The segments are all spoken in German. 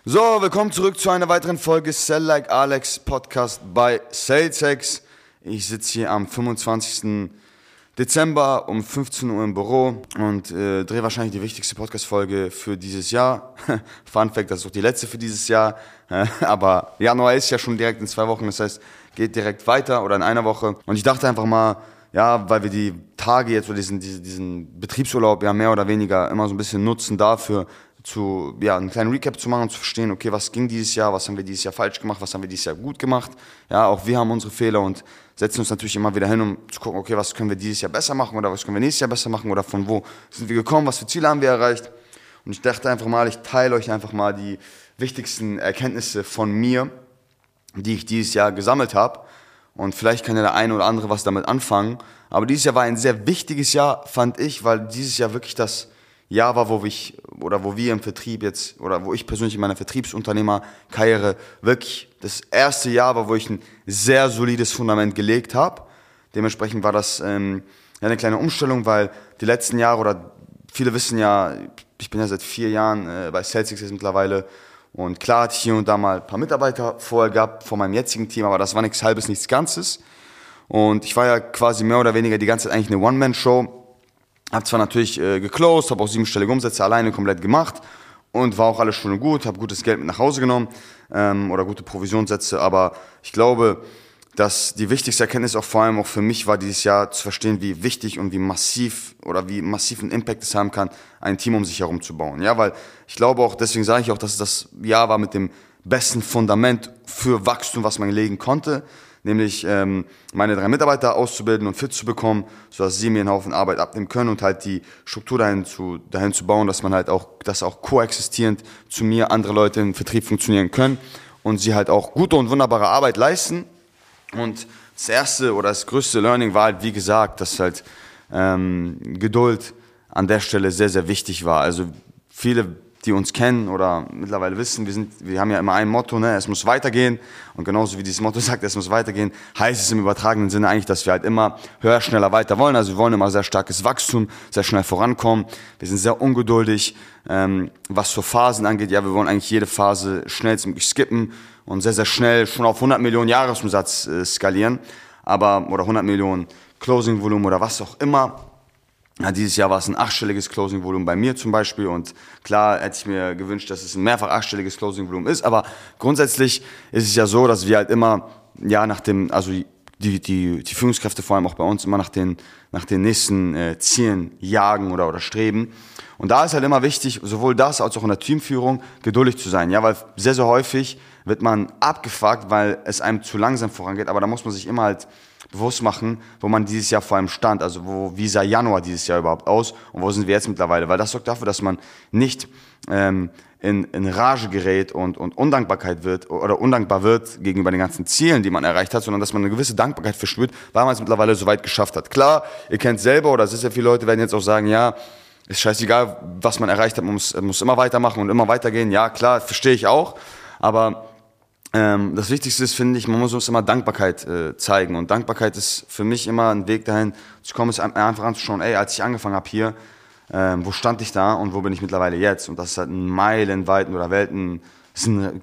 So, willkommen zurück zu einer weiteren Folge Sell Like Alex Podcast bei SalesX. Ich sitze hier am 25. Dezember um 15 Uhr im Büro und drehe wahrscheinlich die wichtigste Podcast-Folge für dieses Jahr. Fun Fact, das ist auch die letzte für dieses Jahr. Aber Januar ist ja schon direkt in 2 Wochen, das heißt, geht direkt weiter oder in einer Woche. Und ich dachte einfach mal, ja, weil wir die Tage jetzt oder diesen Betriebsurlaub ja mehr oder weniger immer so ein bisschen nutzen dafür, einen kleinen Recap zu machen und zu verstehen, okay, was ging dieses Jahr, was haben wir dieses Jahr falsch gemacht, was haben wir dieses Jahr gut gemacht. Ja, auch wir haben unsere Fehler und setzen uns natürlich immer wieder hin, um zu gucken, okay, was können wir dieses Jahr besser machen oder was können wir nächstes Jahr besser machen oder von wo sind wir gekommen, was für Ziele haben wir erreicht. Und ich dachte einfach mal, ich teile euch einfach mal die wichtigsten Erkenntnisse von mir, die ich dieses Jahr gesammelt habe. Und vielleicht kann ja der eine oder andere was damit anfangen. Aber dieses Jahr war ein sehr wichtiges Jahr, fand ich, weil dieses Jahr wirklich das Jahr war, wo wir im Vertrieb jetzt, oder wo ich persönlich in meiner Vertriebsunternehmerkarriere wirklich das erste Jahr war, wo ich ein sehr solides Fundament gelegt habe. Dementsprechend war das eine kleine Umstellung, weil die letzten Jahre, oder viele wissen ja, ich bin ja seit 4 Jahren bei SalesX jetzt mittlerweile, und klar hatte ich hier und da mal ein paar Mitarbeiter vorher gehabt von meinem jetzigen Team, aber das war nichts Halbes, nichts Ganzes. Und ich war ja quasi mehr oder weniger die ganze Zeit eigentlich eine One-Man-Show. Habe zwar natürlich geclosed, habe auch 7-stellige Umsätze alleine komplett gemacht und war auch alles schön und gut, habe gutes Geld mit nach Hause genommen oder gute Provisionssätze, aber ich glaube, dass die wichtigste Erkenntnis auch vor allem auch für mich war, dieses Jahr zu verstehen, wie wichtig und wie massiv ein Impact es haben kann, ein Team um sich herum zu bauen. Ja, weil ich glaube auch, deswegen sage ich auch, dass es das Jahr war mit dem besten Fundament für Wachstum, was man legen konnte. Nämlich meine 3 Mitarbeiter auszubilden und fit zu bekommen, sodass sie mir einen Haufen Arbeit abnehmen können und halt die Struktur dahin zu bauen, dass man halt dass auch koexistierend zu mir andere Leute im Vertrieb funktionieren können und sie halt auch gute und wunderbare Arbeit leisten. Und das erste oder das größte Learning war halt, wie gesagt, dass halt Geduld an der Stelle sehr, sehr wichtig war. Also viele, die uns kennen oder mittlerweile wissen, wir haben ja immer ein Motto, ne, es muss weitergehen. Und genauso wie dieses Motto sagt, es muss weitergehen, heißt es im übertragenen Sinne eigentlich, dass wir halt immer höher, schneller, weiter wollen. Also wir wollen immer sehr starkes Wachstum, sehr schnell vorankommen. Wir sind sehr ungeduldig, was so Phasen angeht. Ja, wir wollen eigentlich jede Phase schnellstmöglich skippen und sehr, sehr schnell schon auf 100 Millionen Jahresumsatz skalieren. Oder 100 Millionen Closing-Volumen oder was auch immer. Ja, dieses Jahr war es ein 8-stelliges Closing-Volumen bei mir zum Beispiel und klar hätte ich mir gewünscht, dass es ein mehrfach 8-stelliges Closing-Volumen ist, aber grundsätzlich ist es ja so, dass wir halt immer, ja, die Führungskräfte vor allem auch bei uns immer nach den nächsten Zielen jagen oder streben. Und da ist halt immer wichtig, sowohl das als auch in der Teamführung geduldig zu sein, ja, weil sehr, sehr häufig wird man abgefuckt, weil es einem zu langsam vorangeht, aber da muss man sich immer halt bewusst machen, wo man dieses Jahr vor allem stand, also wie sah Januar dieses Jahr überhaupt aus und wo sind wir jetzt mittlerweile, weil das sorgt dafür, dass man nicht in Rage gerät und undankbar wird gegenüber den ganzen Zielen, die man erreicht hat, sondern dass man eine gewisse Dankbarkeit verspürt, weil man es mittlerweile so weit geschafft hat. Klar, ihr kennt es selber, oder sehr viele Leute werden jetzt auch sagen, ja, ist scheißegal, was man erreicht hat, man muss immer weitermachen und immer weitergehen. Ja, klar, verstehe ich auch, aber das Wichtigste ist, finde ich, man muss uns immer Dankbarkeit zeigen. Und Dankbarkeit ist für mich immer ein Weg dahin, zu kommen, ist einfach anzuschauen, als ich angefangen habe hier, wo stand ich da und wo bin ich mittlerweile jetzt? Und das ist halt ein meilenweiten oder ist ein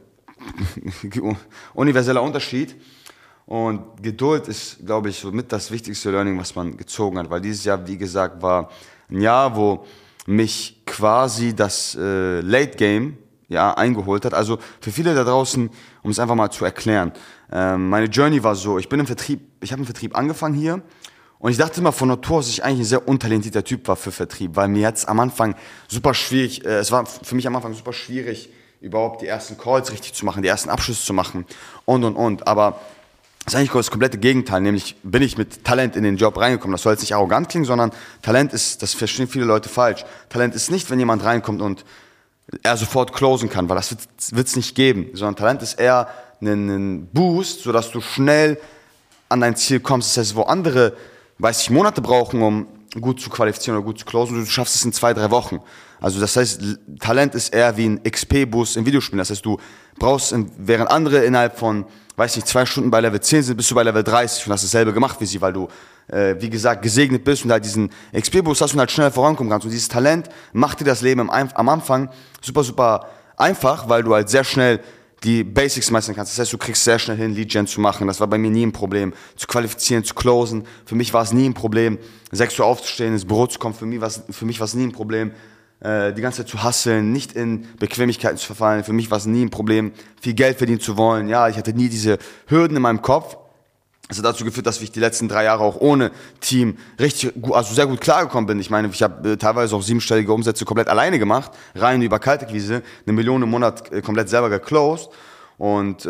universeller Unterschied. Und Geduld ist, glaube ich, somit das wichtigste Learning, was man gezogen hat. Weil dieses Jahr, wie gesagt, war ein Jahr, wo mich quasi das Late Game eingeholt hat. Also für viele da draußen, um es einfach mal zu erklären, meine Journey war so, ich habe im Vertrieb angefangen hier und ich dachte immer von Natur aus, dass ich eigentlich ein sehr untalentierter Typ war für Vertrieb, weil mir jetzt am Anfang super schwierig, es war für mich am Anfang super schwierig, überhaupt die ersten Calls richtig zu machen, die ersten Abschlüsse zu machen und. Aber das ist eigentlich das komplette Gegenteil, nämlich bin ich mit Talent in den Job reingekommen. Das soll jetzt nicht arrogant klingen, sondern Talent ist, das verstehen viele Leute falsch. Talent ist nicht, wenn jemand reinkommt und er sofort closen kann, weil das wird's nicht geben, sondern Talent ist eher ein Boost, sodass du schnell an dein Ziel kommst. Das heißt, wo andere, Monate brauchen, um gut zu qualifizieren oder gut zu closen, du schaffst es in 2-3 Wochen. Also das heißt, Talent ist eher wie ein XP-Boost in Videospielen. Das heißt, du brauchst, während andere innerhalb von, 2 Stunden bei Level 10 sind, bist du bei Level 30 und hast dasselbe gemacht wie sie, weil du, wie gesagt, gesegnet bist und halt diesen XP-Boost hast und halt schnell vorankommen kannst. Und dieses Talent macht dir das Leben am Anfang super, super einfach, weil du halt sehr schnell die Basics meistern kannst. Das heißt, du kriegst sehr schnell hin, Lead-Gen zu machen. Das war bei mir nie ein Problem. Zu qualifizieren, zu closen. Für mich war es nie ein Problem, 6 Uhr aufzustehen, ins Büro zu kommen. Für mich war es nie ein Problem, die ganze Zeit zu hustlen, nicht in Bequemlichkeiten zu verfallen. Für mich war es nie ein Problem, viel Geld verdienen zu wollen. Ja, ich hatte nie diese Hürden in meinem Kopf. Das hat dazu geführt, dass ich die letzten 3 Jahre auch ohne Team richtig gut, also sehr gut klargekommen bin. Ich meine, ich habe teilweise auch 7-stellige Umsätze komplett alleine gemacht, rein über Kaltakquise, 1 Million im Monat komplett selber geclosed. Und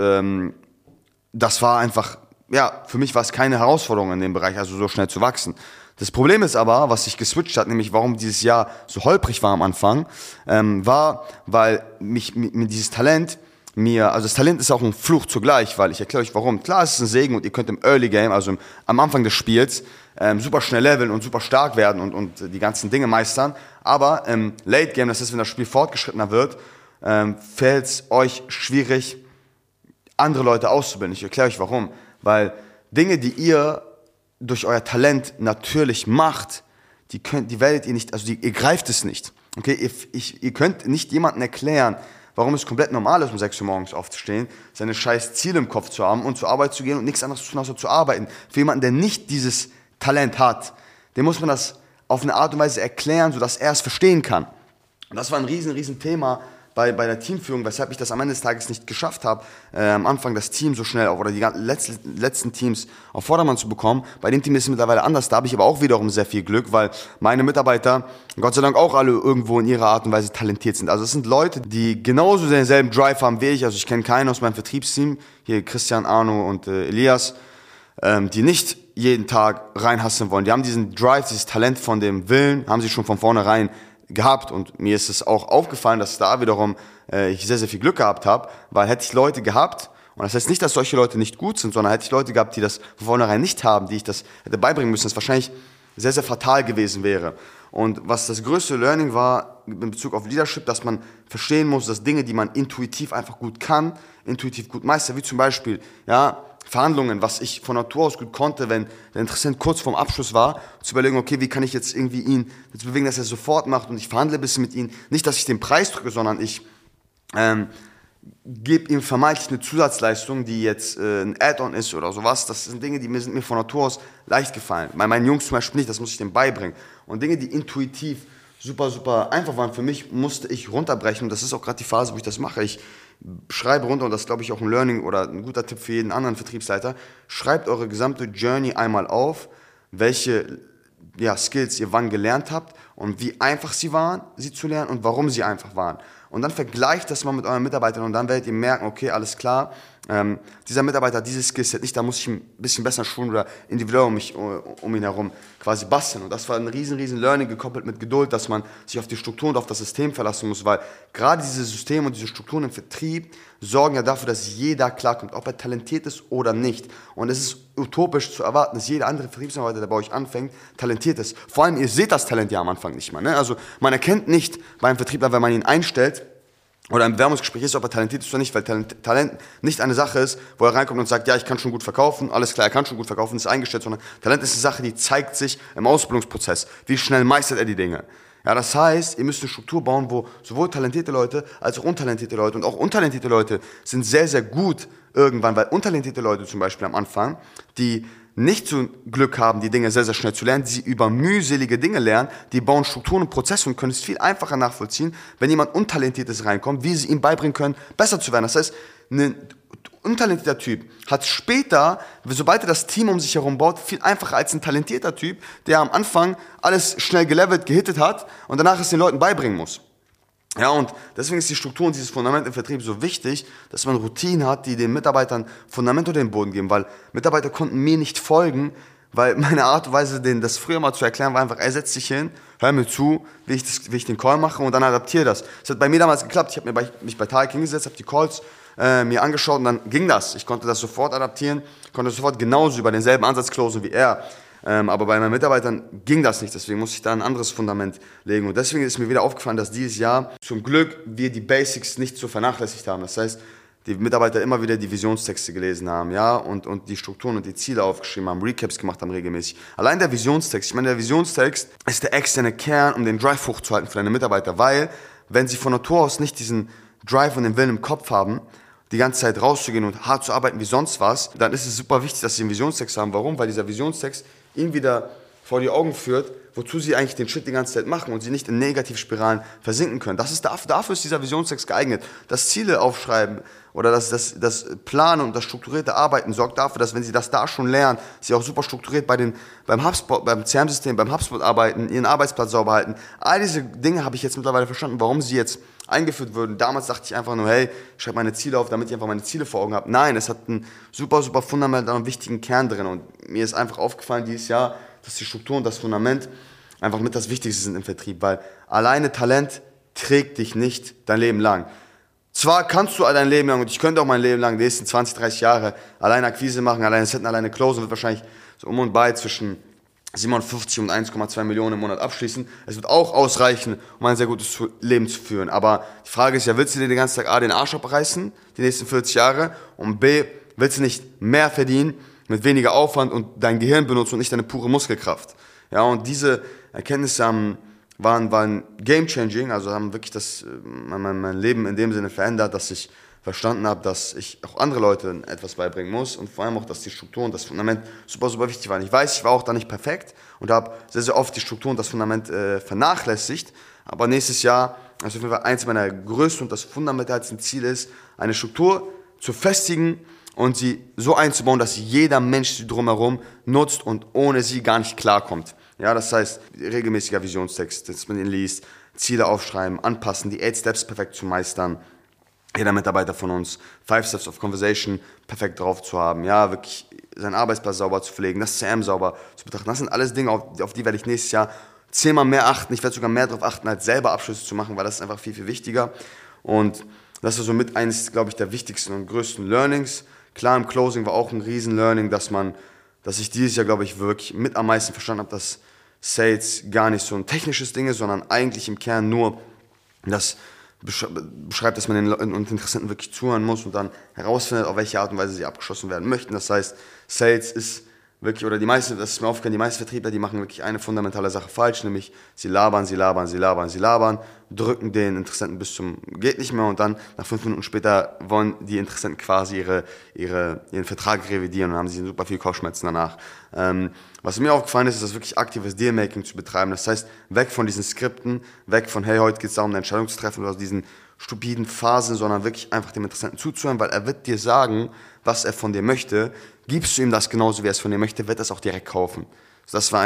das war einfach, ja, für mich war es keine Herausforderung in dem Bereich, also so schnell zu wachsen. Das Problem ist aber, was sich geswitcht hat, nämlich warum dieses Jahr so holprig war am Anfang, war, weil mir dieses Talent, also das Talent ist auch ein Fluch zugleich, weil ich erkläre euch warum. Klar, es ist ein Segen und ihr könnt im Early Game, also am Anfang des Spiels, super schnell leveln und super stark werden und die ganzen Dinge meistern. Aber im Late Game, das ist, wenn das Spiel fortgeschrittener wird, fällt es euch schwierig, andere Leute auszubilden. Ich erkläre euch warum. Weil Dinge, die ihr durch euer Talent natürlich macht, die werdet ihr nicht, also ihr greift es nicht. Okay? Ihr könnt nicht jemandem erklären, warum es komplett normal ist, um 6 Uhr morgens aufzustehen, seine scheiß Ziele im Kopf zu haben und zur Arbeit zu gehen und nichts anderes zu tun, außer zu arbeiten. Für jemanden, der nicht dieses Talent hat, dem muss man das auf eine Art und Weise erklären, sodass er es verstehen kann. Und das war ein riesen Thema bei der Teamführung, weshalb ich das am Ende des Tages nicht geschafft habe, am Anfang das Team so schnell oder die letzten Teams auf Vordermann zu bekommen. Bei dem Team ist es mittlerweile anders, da habe ich aber auch wiederum sehr viel Glück, weil meine Mitarbeiter, Gott sei Dank, auch alle irgendwo in ihrer Art und Weise talentiert sind. Also es sind Leute, die genauso denselben Drive haben wie ich. Also ich kenne keinen aus meinem Vertriebsteam, hier Christian, Arno und Elias, die nicht jeden Tag reinhasseln wollen. Die haben diesen Drive, dieses Talent von dem Willen, haben sie schon von vornherein gehabt und mir ist es auch aufgefallen, dass da wiederum ich sehr viel Glück gehabt habe, weil hätte ich Leute gehabt, und das heißt nicht, dass solche Leute nicht gut sind, sondern hätte ich Leute gehabt, die das von vornherein nicht haben, die ich das hätte beibringen müssen, das wahrscheinlich sehr fatal gewesen wäre. Und was das größte Learning war in Bezug auf Leadership, dass man verstehen muss, dass Dinge, die man intuitiv einfach gut kann, intuitiv gut meistert, wie zum Beispiel, ja, Verhandlungen, was ich von Natur aus gut konnte, wenn der Interessent kurz vorm Abschluss war, zu überlegen, okay, wie kann ich jetzt irgendwie ihn dazu bewegen, dass er es sofort macht und ich verhandle ein bisschen mit ihm. Nicht, dass ich den Preis drücke, sondern ich gebe ihm vermeintlich eine Zusatzleistung, die jetzt ein Add-on ist oder sowas. Das sind Dinge, die sind mir von Natur aus leicht gefallen. Bei meinen Jungs zum Beispiel nicht, das muss ich denen beibringen. Und Dinge, die intuitiv super einfach waren für mich, musste ich runterbrechen. Und das ist auch gerade die Phase, wo ich das mache. Ich schreibe runter, und das ist, glaube ich, auch ein Learning oder ein guter Tipp für jeden anderen Vertriebsleiter, schreibt eure gesamte Journey einmal auf, welche Skills ihr wann gelernt habt und wie einfach sie waren, sie zu lernen und warum sie einfach waren. Und dann vergleicht das mal mit euren Mitarbeitern und dann werdet ihr merken, okay, alles klar, dieser Mitarbeiter hat dieses Skillset nicht, da muss ich ein bisschen besser schulen oder individuell um ihn herum quasi basteln. Und das war ein riesen Learning gekoppelt mit Geduld, dass man sich auf die Struktur und auf das System verlassen muss, weil gerade diese Systeme und diese Strukturen im Vertrieb sorgen ja dafür, dass jeder klarkommt, ob er talentiert ist oder nicht. Und es ist utopisch zu erwarten, dass jeder andere Vertriebsmitarbeiter, der bei euch anfängt, talentiert ist. Vor allem, ihr seht das Talent ja am Anfang nicht mal. Ne? Also man erkennt nicht beim Vertriebler, wenn man ihn einstellt, oder im Bewerbungsgespräch ist, ob er talentiert ist oder nicht, weil Talent nicht eine Sache ist, wo er reinkommt und sagt, ja, ich kann schon gut verkaufen, alles klar, er kann schon gut verkaufen, ist eingestellt, sondern Talent ist eine Sache, die zeigt sich im Ausbildungsprozess. Wie schnell meistert er die Dinge? Ja, das heißt, ihr müsst eine Struktur bauen, wo sowohl talentierte Leute als auch untalentierte Leute, und auch untalentierte Leute sind sehr gut irgendwann, weil untalentierte Leute zum Beispiel am Anfang, die nicht so Glück haben, die Dinge sehr schnell zu lernen, die sie über mühselige Dinge lernen, die bauen Strukturen und Prozesse und können es viel einfacher nachvollziehen, wenn jemand Untalentiertes reinkommt, wie sie ihm beibringen können, besser zu werden. Das heißt, ein untalentierter Typ hat später, sobald er das Team um sich herum baut, viel einfacher als ein talentierter Typ, der am Anfang alles schnell gelevelt, gehittet hat und danach es den Leuten beibringen muss. Ja, und deswegen ist die Struktur und dieses Fundament im Vertrieb so wichtig, dass man Routinen hat, die den Mitarbeitern Fundament unter den Boden geben, weil Mitarbeiter konnten mir nicht folgen, weil meine Art und Weise, denen das früher mal zu erklären, war einfach, er setzt sich hin, hör mir zu, wie ich den Call mache und dann adaptiere das. Das hat bei mir damals geklappt, ich habe mich bei Tarek hingesetzt, habe die Calls mir angeschaut und dann ging das. Ich konnte das sofort adaptieren, konnte sofort genauso über denselben Ansatz closen wie er. Aber bei meinen Mitarbeitern ging das nicht, deswegen musste ich da ein anderes Fundament legen. Und deswegen ist mir wieder aufgefallen, dass dieses Jahr zum Glück wir die Basics nicht so vernachlässigt haben. Das heißt, die Mitarbeiter immer wieder die Visionstexte gelesen haben, ja, und die Strukturen und die Ziele aufgeschrieben haben, Recaps gemacht haben regelmäßig. Allein der Visionstext, ich meine, der Visionstext ist der externe Kern, um den Drive hochzuhalten für deine Mitarbeiter, weil, wenn sie von Natur aus nicht Drive und den Willen im Kopf haben, die ganze Zeit rauszugehen und hart zu arbeiten wie sonst was, dann ist es super wichtig, dass sie einen Visionstext haben. Warum? Weil dieser Visionstext ihnen wieder vor die Augen führt, wozu sie eigentlich den Shit die ganze Zeit machen und sie nicht in Negativspiralen versinken können. Dafür ist dieser Visionstext geeignet. Das Ziele aufschreiben oder das Planen und das strukturierte Arbeiten sorgt dafür, dass wenn sie das da schon lernen, sie auch super strukturiert beim HubSpot, beim CRM-System, beim HubSpot arbeiten, ihren Arbeitsplatz sauber halten. All diese Dinge habe ich jetzt mittlerweile verstanden, warum sie jetzt eingeführt würden. Damals dachte ich einfach nur, hey, ich schreibe meine Ziele auf, damit ich einfach meine Ziele vor Augen habe. Nein, es hat einen super, super fundamentalen und wichtigen Kern drin und mir ist einfach aufgefallen dieses Jahr, dass die Struktur und das Fundament einfach mit das Wichtigste sind im Vertrieb, weil alleine Talent trägt dich nicht dein Leben lang. Zwar kannst du dein Leben lang, und ich könnte auch mein Leben lang, die nächsten 20, 30 Jahre, alleine Akquise machen, alleine setten, alleine closen, wird wahrscheinlich so um und bei zwischen 57 und 1,2 Millionen im Monat abschließen. Es wird auch ausreichen, um ein sehr gutes Leben zu führen. Aber die Frage ist ja, willst du dir den ganzen Tag A, den Arsch abreißen, die nächsten 40 Jahre, und B, willst du nicht mehr verdienen, mit weniger Aufwand und dein Gehirn benutzen und nicht deine pure Muskelkraft. Ja, und diese Erkenntnisse waren game-changing, also haben wirklich mein Leben in dem Sinne verändert, dass ich verstanden habe, dass ich auch andere Leute etwas beibringen muss und vor allem auch, dass die Struktur und das Fundament super, super wichtig waren. Ich weiß, ich war auch da nicht perfekt und habe sehr, sehr oft die Struktur und das Fundament vernachlässigt, aber nächstes Jahr, also auf jeden Fall eins meiner größten und das fundamentalsten Ziele ist, eine Struktur zu festigen und sie so einzubauen, dass jeder Mensch sie drumherum nutzt und ohne sie gar nicht klarkommt. Ja, das heißt, regelmäßiger Visionstext, dass man ihn liest, Ziele aufschreiben, anpassen, die 8 Steps perfekt zu meistern. Jeder Mitarbeiter von uns, 5 Steps of Conversation perfekt drauf zu haben, ja, wirklich seinen Arbeitsplatz sauber zu pflegen, das CRM sauber zu betrachten. Das sind alles Dinge, auf die werde ich nächstes Jahr 10-mal mehr achten. Ich werde sogar mehr darauf achten, als selber Abschlüsse zu machen, weil das ist einfach viel, viel wichtiger. Und das ist somit eines, glaube ich, der wichtigsten und größten Learnings. Klar, im Closing war auch ein Riesen-Learning, dass ich dieses Jahr, glaube ich, wirklich mit am meisten verstanden habe, dass Sales gar nicht so ein technisches Ding ist, sondern eigentlich im Kern nur das beschreibt, dass man den Leuten und Interessenten wirklich zuhören muss und dann herausfindet, auf welche Art und Weise sie abgeschlossen werden möchten. Das heißt, Sales ist wirklich, oder das ist mir aufgefallen, die meisten Vertriebler, die machen wirklich eine fundamentale Sache falsch, nämlich sie labern, drücken den Interessenten bis zum geht nicht mehr und dann nach 5 Minuten später wollen die Interessenten quasi ihren Vertrag revidieren und haben sie super viel Kopfschmerzen danach. Was mir aufgefallen ist das wirklich aktives Dealmaking zu betreiben. Das heißt, weg von diesen Skripten, weg von, hey, heute geht es darum, eine Entscheidung zu treffen oder aus diesen stupiden Phasen, sondern wirklich einfach dem Interessenten zuzuhören, weil er wird dir sagen, was er von dir möchte. Gibst du ihm das genauso, wie er es von dir möchte, wird er es auch direkt kaufen. Das war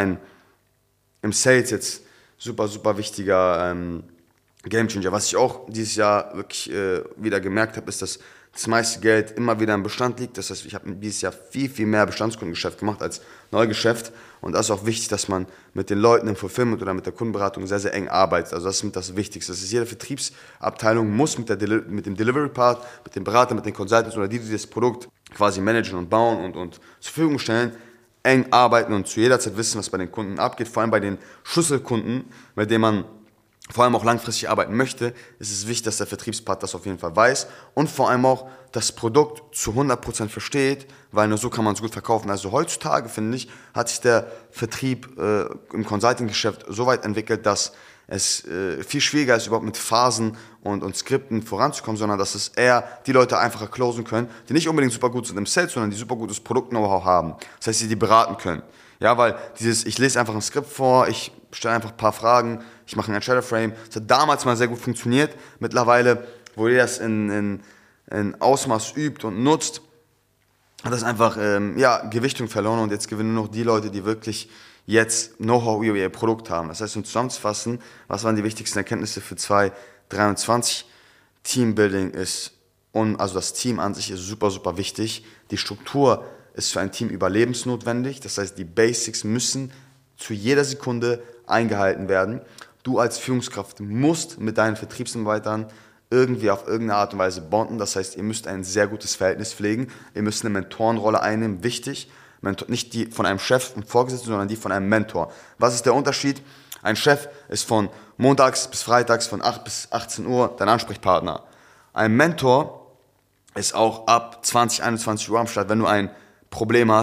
im Sales jetzt super, super wichtiger Gamechanger. Was ich auch dieses Jahr wirklich wieder gemerkt habe, ist, dass das meiste Geld immer wieder im Bestand liegt. Das heißt, ich habe dieses Jahr viel, viel mehr Bestandskundengeschäft gemacht als Neugeschäft. Und das ist auch wichtig, dass man mit den Leuten im Fulfillment oder mit der Kundenberatung sehr, sehr eng arbeitet. Also das ist mit das Wichtigste. Das ist, jede Vertriebsabteilung muss mit dem Delivery-Part, mit dem Berater, mit den Consultants oder die das Produkt quasi managen und bauen und zur Verfügung stellen, eng arbeiten und zu jeder Zeit wissen, was bei den Kunden abgeht. Vor allem bei den Schlüsselkunden, mit denen man vor allem auch langfristig arbeiten möchte, ist es wichtig, dass der Vertriebspart das auf jeden Fall weiß und vor allem auch das Produkt zu 100% versteht, weil nur so kann man es gut verkaufen. Also heutzutage, finde ich, hat sich der Vertrieb im Consulting-Geschäft so weit entwickelt, dass es viel schwieriger ist, überhaupt mit Phasen und Skripten voranzukommen, sondern dass es eher die Leute einfacher closen können, die nicht unbedingt super gut sind im Sales, sondern die super gutes Produkt-Know-how haben. Das heißt, die beraten können. Ja, weil ich lese einfach ein Skript vor, ich stelle einfach ein paar Fragen, ich mache einen Entscheider-Frame. Das hat damals mal sehr gut funktioniert. Mittlerweile, wo ihr das in Ausmaß übt und nutzt, hat das einfach Gewichtung verloren und jetzt gewinnen nur noch die Leute, die wirklich jetzt Know-how über ihr Produkt haben. Das heißt, um zusammenzufassen, was waren die wichtigsten Erkenntnisse für 2023? Teambuilding also das Team an sich ist super, super wichtig. Die Struktur ist für ein Team überlebensnotwendig. Das heißt, die Basics müssen zu jeder Sekunde eingehalten werden. Du als Führungskraft musst mit deinen Vertriebsmitarbeitern irgendwie auf irgendeine Art und Weise bonden. Das heißt, ihr müsst ein sehr gutes Verhältnis pflegen. Ihr müsst eine Mentorenrolle einnehmen. Wichtig, nicht die von einem Chef und Vorgesetzten, sondern die von einem Mentor. Was ist der Unterschied? Ein Chef ist von montags bis freitags von 8 bis 18 Uhr dein Ansprechpartner. Ein Mentor ist auch ab 20, 21 Uhr am Start, wenn du ein Problem hast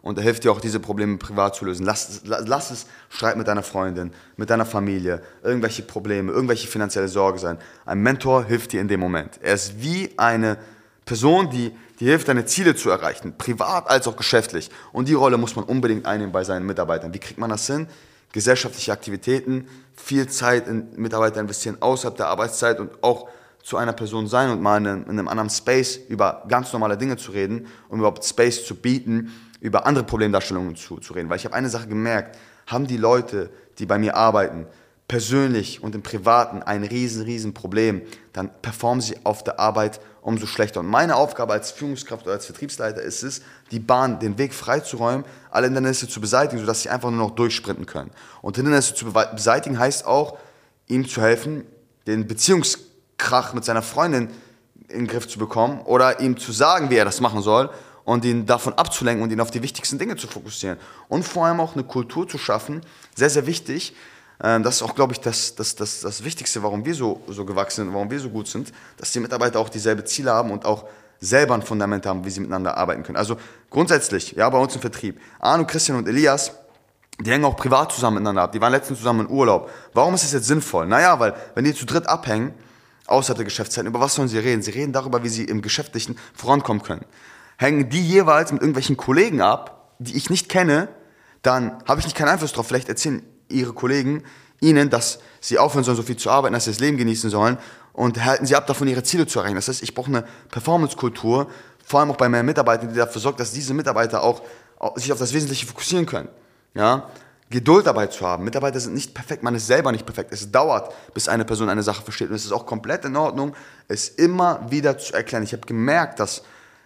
und er hilft dir auch, diese Probleme privat zu lösen. Lass es Streit mit deiner Freundin, mit deiner Familie, irgendwelche Probleme, irgendwelche finanzielle Sorge sein. Ein Mentor hilft dir in dem Moment. Er ist wie eine Person, die hilft, deine Ziele zu erreichen, privat als auch geschäftlich. Und die Rolle muss man unbedingt einnehmen bei seinen Mitarbeitern. Wie kriegt man das hin? Gesellschaftliche Aktivitäten, viel Zeit in Mitarbeiter investieren außerhalb der Arbeitszeit und auch zu einer Person sein und mal in einem anderen Space über ganz normale Dinge zu reden, um überhaupt Space zu bieten, über andere Problemdarstellungen zu reden. Weil ich habe eine Sache gemerkt, haben die Leute, die bei mir arbeiten, persönlich und im Privaten ein riesen Problem, dann performen sie auf der Arbeit umso schlechter. Und meine Aufgabe als Führungskraft oder als Vertriebsleiter ist es, den Weg freizuräumen, alle Hindernisse zu beseitigen, sodass sie einfach nur noch durchsprinten können. Und Hindernisse zu beseitigen heißt auch, ihm zu helfen, den Beziehungskrach mit seiner Freundin in den Griff zu bekommen oder ihm zu sagen, wie er das machen soll und ihn davon abzulenken und ihn auf die wichtigsten Dinge zu fokussieren. Und vor allem auch eine Kultur zu schaffen, sehr wichtig. Das ist auch, glaube ich, das Wichtigste, warum wir so gewachsen sind, warum wir so gut sind, dass die Mitarbeiter auch dieselbe Ziele haben und auch selber ein Fundament haben, wie sie miteinander arbeiten können. Also grundsätzlich, ja, bei uns im Vertrieb, Arno, Christian und Elias, die hängen auch privat zusammen miteinander ab. Die waren letztens zusammen in Urlaub. Warum ist das jetzt sinnvoll? Naja, weil wenn die zu dritt abhängen, außerhalb der Geschäftszeiten, über was sollen sie reden? Sie reden darüber, wie sie im Geschäftlichen vorankommen können. Hängen die jeweils mit irgendwelchen Kollegen ab, die ich nicht kenne, dann habe ich nicht keinen Einfluss drauf. Vielleicht erzählen ihre Kollegen ihnen, dass sie aufhören sollen, so viel zu arbeiten, dass sie das Leben genießen sollen und halten sie ab davon, ihre Ziele zu erreichen. Das heißt, ich brauche eine Performance-Kultur, vor allem auch bei meinen Mitarbeitern, die dafür sorgt, dass diese Mitarbeiter auch sich auf das Wesentliche fokussieren können. Ja? Geduld dabei zu haben. Mitarbeiter sind nicht perfekt, man ist selber nicht perfekt. Es dauert, bis eine Person eine Sache versteht und es ist auch komplett in Ordnung, es immer wieder zu erklären. Ich habe gemerkt, ich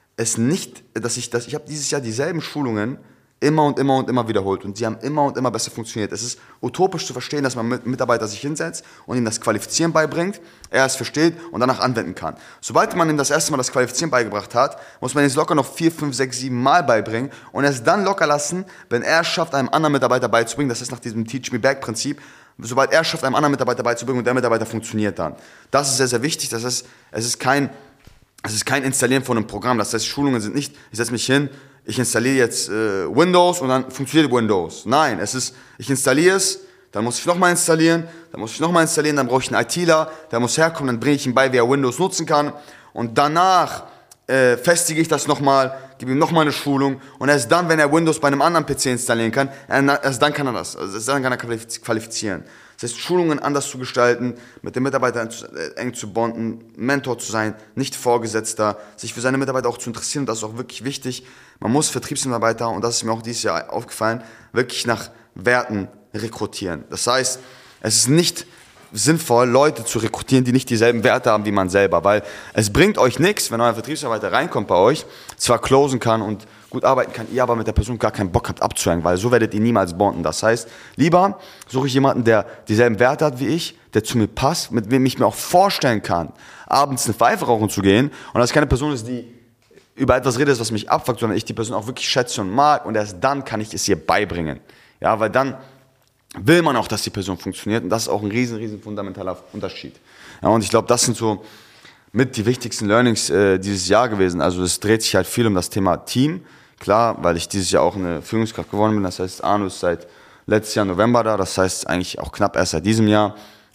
habe dieses Jahr dieselben Schulungen immer und immer wiederholt und sie haben immer und immer besser funktioniert. Es ist utopisch zu verstehen, dass man mit Mitarbeiter sich hinsetzt und ihm das Qualifizieren beibringt, er es versteht und danach anwenden kann. Sobald man ihm das erste Mal das Qualifizieren beigebracht hat, muss man es locker noch 4, 5, 6, 7 Mal beibringen und es dann locker lassen, wenn er es schafft, einem anderen Mitarbeiter beizubringen. Das ist nach diesem Teach-Me-Back-Prinzip. Sobald er es schafft, einem anderen Mitarbeiter beizubringen und der Mitarbeiter funktioniert dann. Das ist sehr wichtig. Das heißt, es ist kein Installieren von einem Programm. Das heißt, Schulungen sind nicht, ich setze mich hin, ich installiere jetzt Windows und dann funktioniert Windows. Nein, ich installiere es, dann muss ich nochmal installieren, dann brauche ich einen ITler, der muss herkommen, dann bringe ich ihm bei, wie er Windows nutzen kann und danach festige ich das nochmal, gebe ihm nochmal eine Schulung und erst dann, wenn er Windows bei einem anderen PC installieren kann, erst dann kann er qualifizieren. Das heißt, Schulungen anders zu gestalten, mit den Mitarbeitern eng zu bonden, Mentor zu sein, nicht Vorgesetzter, sich für seine Mitarbeiter auch zu interessieren, das ist auch wirklich wichtig. Man muss Vertriebsmitarbeiter, und das ist mir auch dieses Jahr aufgefallen, wirklich nach Werten rekrutieren. Das heißt, es ist nicht sinnvoll, Leute zu rekrutieren, die nicht dieselben Werte haben wie man selber, weil es bringt euch nichts, wenn euer Vertriebsmitarbeiter reinkommt bei euch, zwar closen kann und gut arbeiten kann, ihr aber mit der Person gar keinen Bock habt abzuhängen, weil so werdet ihr niemals bonden. Das heißt, lieber suche ich jemanden, der dieselben Werte hat wie ich, der zu mir passt, mit dem ich mir auch vorstellen kann, abends eine Pfeife rauchen zu gehen und dass keine Person ist, die über etwas redet, was mich abfuckt, sondern ich die Person auch wirklich schätze und mag und erst dann kann ich es ihr beibringen. Ja, weil dann will man auch, dass die Person funktioniert und das ist auch ein riesen fundamentaler Unterschied. Ja, und ich glaube, das sind so mit die wichtigsten Learnings dieses Jahr gewesen. Also es dreht sich halt viel um das Thema Team. Klar, weil ich dieses Jahr auch eine Führungskraft geworden bin. Das heißt, Arno ist seit letztes Jahr November da. Das heißt eigentlich auch knapp erst seit diesem Jahr.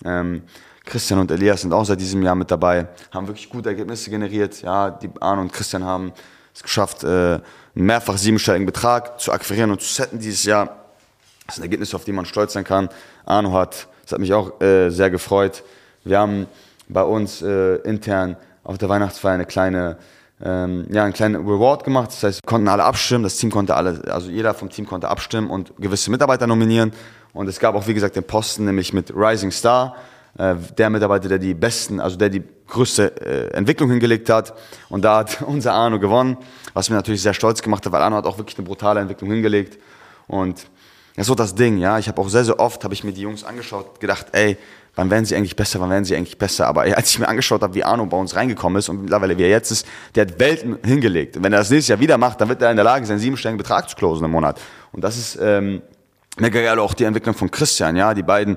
Christian und Elias sind auch seit diesem Jahr mit dabei. Haben wirklich gute Ergebnisse generiert. Ja, die Arno und Christian haben es geschafft, einen mehrfach 7-stelligen Betrag zu akquirieren und zu setten dieses Jahr. Das sind Ergebnisse, auf die man stolz sein kann. Arno das hat mich auch sehr gefreut. Wir haben bei uns intern auf der Weihnachtsfeier einen kleinen Reward gemacht. Das heißt, wir konnten alle abstimmen. Das Team konnte also jeder vom Team konnte abstimmen und gewisse Mitarbeiter nominieren. Und es gab auch, wie gesagt, den Posten, nämlich mit Rising Star, der Mitarbeiter, der die größte Entwicklung hingelegt hat. Und da hat unser Arno gewonnen, was mir natürlich sehr stolz gemacht hat, weil Arno hat auch wirklich eine brutale Entwicklung hingelegt. Und das ist so das Ding, ja. Ich habe auch sehr oft, habe ich mir die Jungs angeschaut, gedacht, ey, wann werden sie eigentlich besser? Aber als ich mir angeschaut habe, wie Arno bei uns reingekommen ist und mittlerweile wie er jetzt ist, der hat Welten hingelegt. Und wenn er das nächstes Jahr wieder macht, dann wird er in der Lage sein, 7-stelligen Betrag zu closen im Monat. Und das ist mega geil, auch die Entwicklung von Christian, ja. Die beiden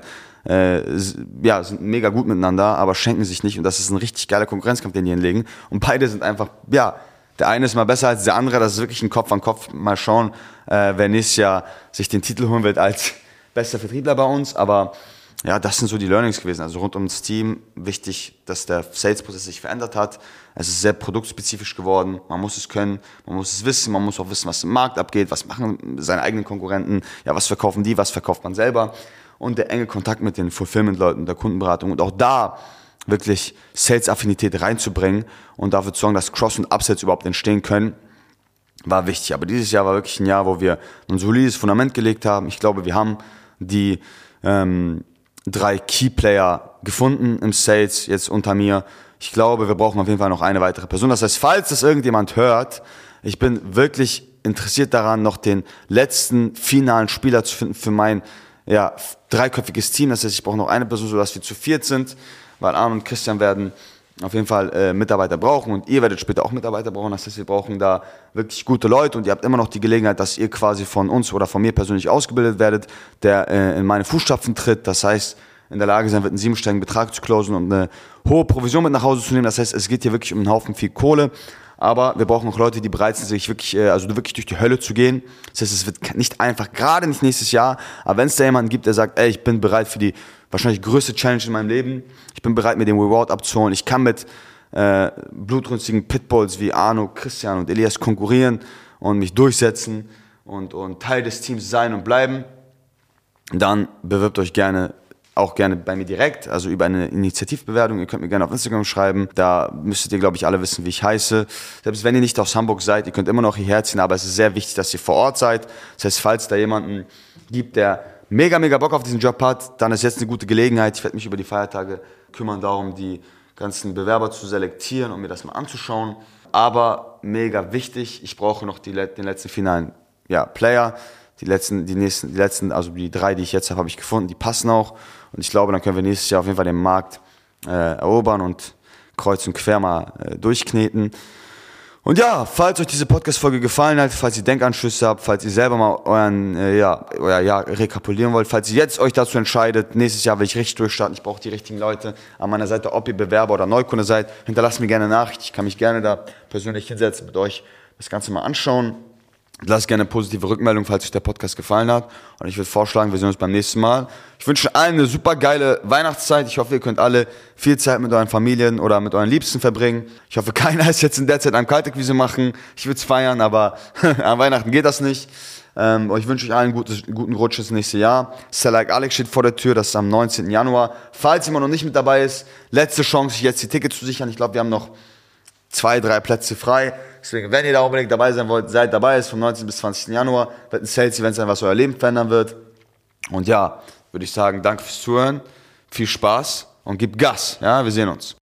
sind mega gut miteinander, aber schenken sich nicht. Und das ist ein richtig geiler Konkurrenzkampf, den die hinlegen. Und beide sind einfach, Der eine ist mal besser als der andere, das ist wirklich ein Kopf an Kopf. Mal schauen, wer nächstes Jahr sich den Titel holen wird als bester Vertriebler bei uns. Aber ja, das sind so die Learnings gewesen. Also rund ums Team wichtig, dass der Sales-Prozess sich verändert hat. Es ist sehr produktspezifisch geworden. Man muss es können, man muss es wissen, man muss auch wissen, was im Markt abgeht, was machen seine eigenen Konkurrenten, ja, was verkaufen die, was verkauft man selber. Und der enge Kontakt mit den Fulfillment-Leuten, der Kundenberatung und auch da wirklich Sales-Affinität reinzubringen und dafür zu sorgen, dass Cross- und Upsells überhaupt entstehen können, war wichtig. Aber dieses Jahr war wirklich ein Jahr, wo wir ein solides Fundament gelegt haben. Ich glaube, wir haben die 3 Key-Player gefunden im Sales, jetzt unter mir. Ich glaube, wir brauchen auf jeden Fall noch eine weitere Person. Das heißt, falls das irgendjemand hört, ich bin wirklich interessiert daran, noch den letzten finalen Spieler zu finden für mein 3-köpfiges Team. Das heißt, ich brauche noch eine Person, sodass wir zu 4 sind, weil Arne und Christian werden auf jeden Fall Mitarbeiter brauchen und ihr werdet später auch Mitarbeiter brauchen. Das heißt, wir brauchen da wirklich gute Leute und ihr habt immer noch die Gelegenheit, dass ihr quasi von uns oder von mir persönlich ausgebildet werdet, der in meine Fußstapfen tritt. Das heißt, in der Lage sein wird, einen 7-stelligen Betrag zu closen und eine hohe Provision mit nach Hause zu nehmen. Das heißt, es geht hier wirklich um einen Haufen viel Kohle. Aber wir brauchen auch Leute, die bereit sind, sich wirklich, wirklich durch die Hölle zu gehen. Das heißt, es wird nicht einfach, gerade nicht nächstes Jahr, aber wenn es da jemanden gibt, der sagt, ey, ich bin bereit für die wahrscheinlich größte Challenge in meinem Leben, ich bin bereit, mir den Reward abzuholen, ich kann mit blutrünstigen Pitbulls wie Arno, Christian und Elias konkurrieren und mich durchsetzen und Teil des Teams sein und bleiben, dann bewirbt euch gerne bei mir direkt, also über eine Initiativbewertung. Ihr könnt mir gerne auf Instagram schreiben. Da müsstet ihr, glaube ich, alle wissen, wie ich heiße. Selbst wenn ihr nicht aus Hamburg seid, ihr könnt immer noch hierher ziehen, aber es ist sehr wichtig, dass ihr vor Ort seid. Das heißt, falls da jemanden gibt, der mega Bock auf diesen Job hat, dann ist jetzt eine gute Gelegenheit. Ich werde mich über die Feiertage kümmern darum, die ganzen Bewerber zu selektieren und mir das mal anzuschauen. Aber mega wichtig, ich brauche noch den letzten finalen Player. Die letzten, also die 3, die ich jetzt habe ich gefunden, die passen auch. Und ich glaube, dann können wir nächstes Jahr auf jeden Fall den Markt erobern und kreuz und quer mal durchkneten. Und ja, falls euch diese Podcast-Folge gefallen hat, falls ihr Denkanstöße habt, falls ihr selber mal euer Jahr rekapitulieren wollt, falls ihr jetzt euch dazu entscheidet, nächstes Jahr will ich richtig durchstarten, ich brauche die richtigen Leute an meiner Seite, ob ihr Bewerber oder Neukunde seid, hinterlasst mir gerne eine Nachricht, ich kann mich gerne da persönlich hinsetzen, mit euch das Ganze mal anschauen. Lasst gerne eine positive Rückmeldung, falls euch der Podcast gefallen hat. Und ich würde vorschlagen, wir sehen uns beim nächsten Mal. Ich wünsche allen eine super geile Weihnachtszeit. Ich hoffe, ihr könnt alle viel Zeit mit euren Familien oder mit euren Liebsten verbringen. Ich hoffe, keiner ist jetzt in der Zeit am Kaltakquise machen. Ich würde es feiern, aber an Weihnachten geht das nicht. Ich wünsche euch allen einen guten Rutsch ins nächste Jahr. Sell Like Alex steht vor der Tür, das ist am 19. Januar. Falls jemand noch nicht mit dabei ist, letzte Chance, sich jetzt die Tickets zu sichern. Ich glaube, wir haben noch 2, 3 Plätze frei. Deswegen, wenn ihr da unbedingt dabei sein wollt, seid dabei. Ist vom 19. bis 20. Januar. Wird ein Sales-Event sein, was euer Leben verändern wird. Und ja, würde ich sagen, danke fürs Zuhören. Viel Spaß und gebt Gas. Ja, wir sehen uns.